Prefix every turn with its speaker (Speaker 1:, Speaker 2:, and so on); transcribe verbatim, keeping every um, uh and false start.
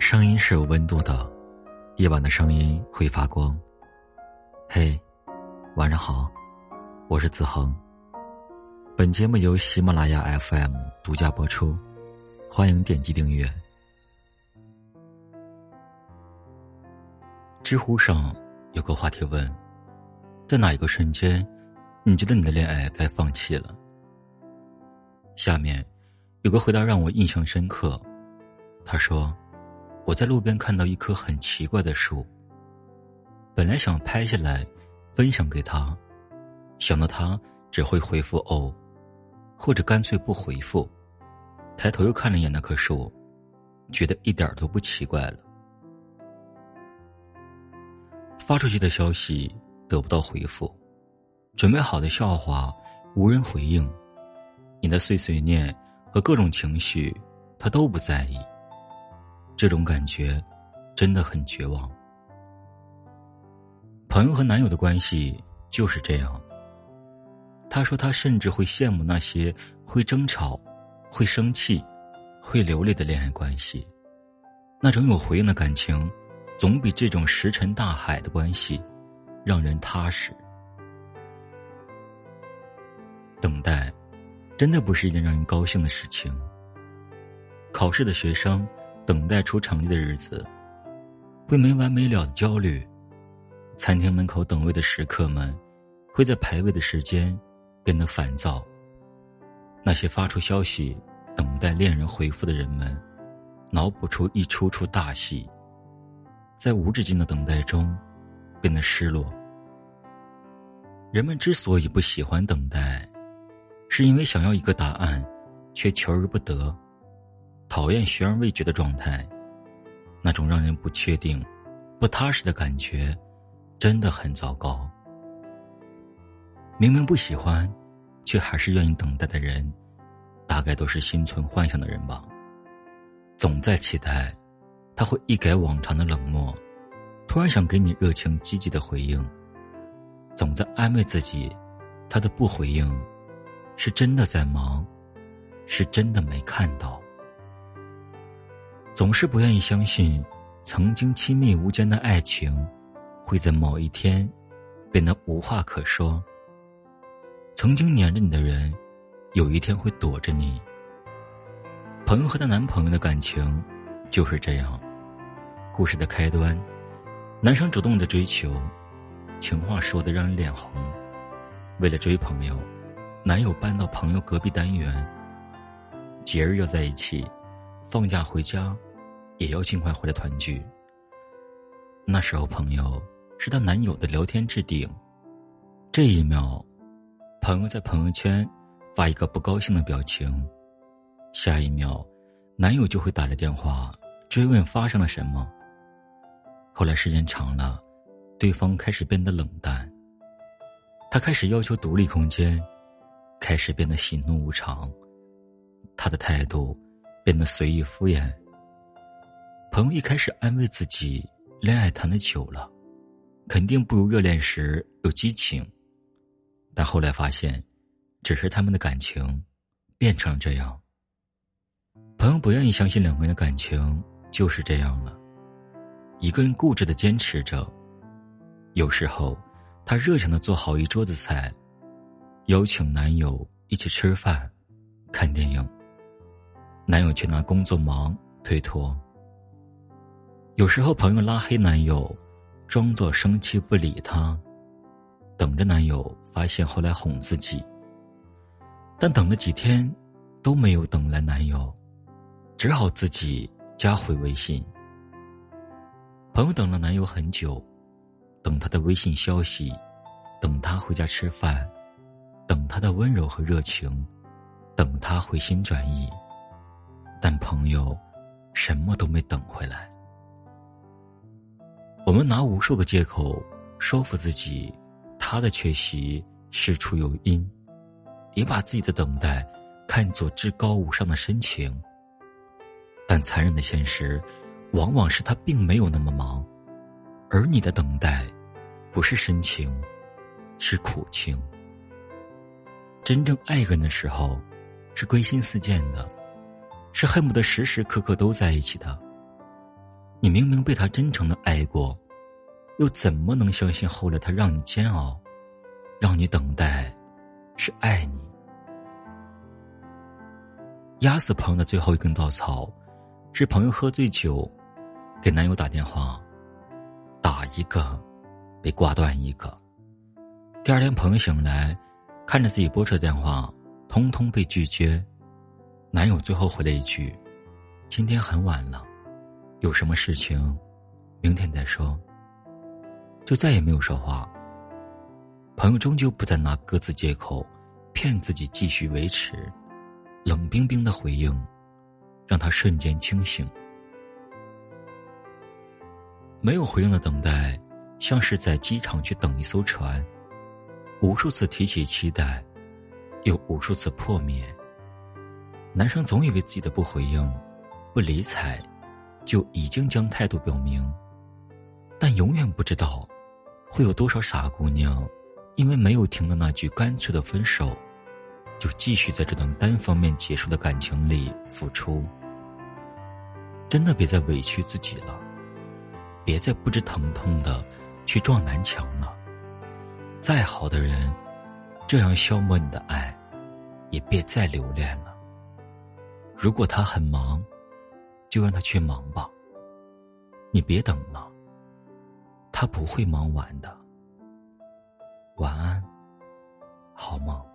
Speaker 1: 声音是有温度的，夜晚的声音会发光。嘿，晚上好，我是子恒。本节目由喜马拉雅 F M 独家播出，欢迎点击订阅。知乎上有个话题问，在哪一个瞬间你觉得你的恋爱该放弃了？下面有个回答让我印象深刻。他说，我在路边看到一棵很奇怪的树，本来想拍下来分享给他，想到他只会回复哦，或者干脆不回复，抬头又看了一眼那棵树，觉得一点都不奇怪了。发出去的消息得不到回复，准备好的笑话无人回应，你的碎碎念和各种情绪他都不在意，这种感觉真的很绝望。朋友和男友的关系就是这样，他说他甚至会羡慕那些会争吵、会生气、会流泪的恋爱关系，那种有回应的感情总比这种石沉大海的关系让人踏实。等待真的不是一件让人高兴的事情。考试的学生等待出成绩的日子会没完没了的焦虑，餐厅门口等位的食客们会在排位的时间变得烦躁，那些发出消息等待恋人回复的人们脑补出一出出大戏，在无止境的等待中变得失落。人们之所以不喜欢等待，是因为想要一个答案却求而不得，讨厌悬而未决的状态，那种让人不确定、不踏实的感觉真的很糟糕。明明不喜欢却还是愿意等待的人，大概都是心存幻想的人吧。总在期待他会一改往常的冷漠，突然想给你热情积极的回应，总在安慰自己他的不回应是真的在忙，是真的没看到。总是不愿意相信曾经亲密无间的爱情会在某一天变得无话可说，曾经黏着你的人有一天会躲着你。朋友和她男朋友的感情就是这样，故事的开端，男生主动的追求，情话说的让人脸红，为了追朋友，男友搬到朋友隔壁单元，节日要在一起，放假回家也要尽快回来团聚。那时候朋友是她男友的聊天置顶，这一秒朋友在朋友圈发一个不高兴的表情，下一秒男友就会打来电话追问发生了什么。后来时间长了，对方开始变得冷淡，他开始要求独立空间，开始变得喜怒无常，他的态度变得随意敷衍。朋友一开始安慰自己，恋爱谈得久了，肯定不如热恋时有激情，但后来发现只是他们的感情变成了这样。朋友不愿意相信两个人的感情就是这样了，一个人固执地坚持着，有时候他热情地做好一桌子菜，邀请男友一起吃饭看电影，男友却拿工作忙推脱。有时候朋友拉黑男友，装作生气不理他，等着男友发现后来哄自己，但等了几天都没有等来男友，只好自己加回微信。朋友等了男友很久，等他的微信消息，等他回家吃饭，等他的温柔和热情，等他回心转意，但朋友什么都没等回来。我们拿无数个借口说服自己他的缺席事出有因，也把自己的等待看作至高无上的深情，但残忍的现实往往是他并没有那么忙，而你的等待不是深情，是苦情。真正爱一个人的时候是归心似箭的，是恨不得时时刻刻都在一起的。 你明明被他真诚的爱过，又怎么能相信后来他让你煎熬，让你等待是爱你？压死朋友的最后一根稻草，是朋友喝醉酒给男友打电话，打一个被挂断一个。第二天朋友醒来，看着自己拨出的电话通通被拒绝，男友最后回了一句：今天很晚了，有什么事情明天再说。就再也没有说话。朋友终究不再拿各自借口骗自己继续维持，冷冰冰的回应让他瞬间清醒。没有回应的等待，像是在机场去等一艘船，无数次提起期待，又无数次破灭。男生总以为自己的不回应、不理睬，就已经将态度表明，但永远不知道，会有多少傻姑娘，因为没有听到那句干脆的分手，就继续在这段单方面结束的感情里付出。真的别再委屈自己了，别再不知疼痛的去撞南墙了。再好的人，这样消磨你的爱，也别再留恋了。如果他很忙，就让他去忙吧，你别等了，他不会忙完的。晚安，好梦。